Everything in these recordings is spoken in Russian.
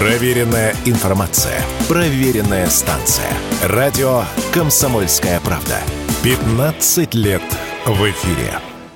Проверенная информация. Проверенная станция. Радио «Комсомольская правда». 15 лет в эфире.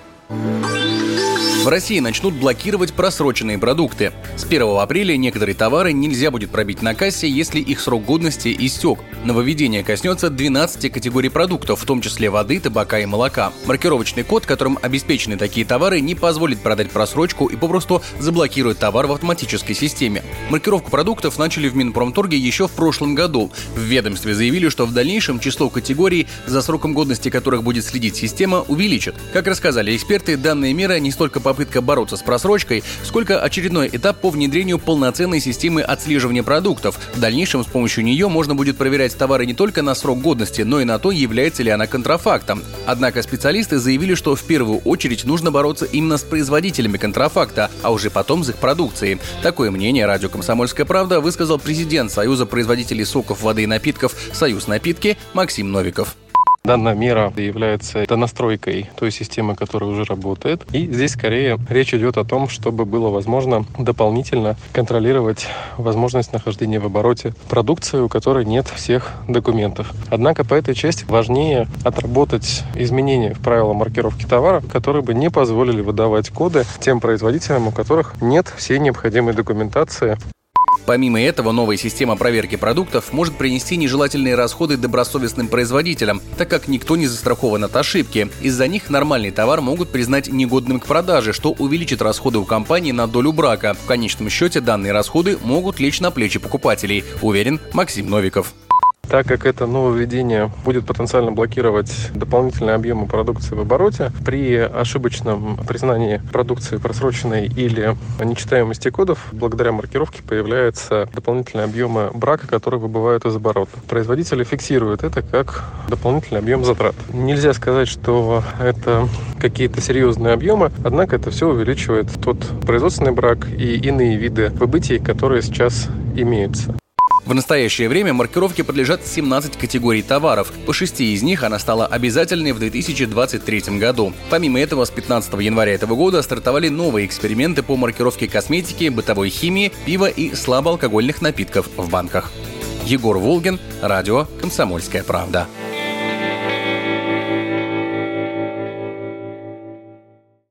В России начнут блокировать просроченные продукты. С 1 апреля некоторые товары нельзя будет пробить на кассе, если их срок годности истек. Нововведение коснется 12 категорий продуктов, в том числе воды, табака и молока. Маркировочный код, которым обеспечены такие товары, не позволит продать просрочку и попросту заблокирует товар в автоматической системе. Маркировку продуктов начали в Минпромторге еще в прошлом году. В ведомстве заявили, что в дальнейшем число категорий, за сроком годности которых будет следить система, увеличат. Как рассказали эксперты, данная мера не столько попытка бороться с просрочкой, сколько очередной этап по внедрению полноценной системы отслеживания продуктов. В дальнейшем с помощью нее можно будет проверять товары не только на срок годности, но и на то, является ли она контрафактом. Однако специалисты заявили, что в первую очередь нужно бороться именно с производителями контрафакта, а уже потом с их продукцией. Такое мнение радио «Комсомольская правда» высказал президент Союза производителей соков, воды и напитков «Союз Напитки» Максим Новиков. Данная мера является донастройкой той системы, которая уже работает. И здесь скорее речь идет о том, чтобы было возможно дополнительно контролировать возможность нахождения в обороте продукции, у которой нет всех документов. Однако по этой части важнее отработать изменения в правила маркировки товара, которые бы не позволили выдавать коды тем производителям, у которых нет всей необходимой документации. Помимо этого, новая система проверки продуктов может принести нежелательные расходы добросовестным производителям, так как никто не застрахован от ошибки. Из-за них нормальный товар могут признать негодным к продаже, что увеличит расходы у компании на долю брака. В конечном счете данные расходы могут лечь на плечи покупателей, уверен Максим Новиков. Так как это нововведение будет потенциально блокировать дополнительные объемы продукции в обороте, при ошибочном признании продукции просроченной или нечитаемости кодов, благодаря маркировке появляются дополнительные объемы брака, которые выбывают из оборота. Производители фиксируют это как дополнительный объем затрат. Нельзя сказать, что это какие-то серьезные объемы, однако это все увеличивает тот производственный брак и иные виды выбытий, которые сейчас имеются. В настоящее время маркировке подлежат 17 категорий товаров. По 6 из них она стала обязательной в 2023 году. Помимо этого, с 15 января этого года стартовали новые эксперименты по маркировке косметики, бытовой химии, пива и слабоалкогольных напитков в банках. Егор Волгин, радио «Комсомольская правда».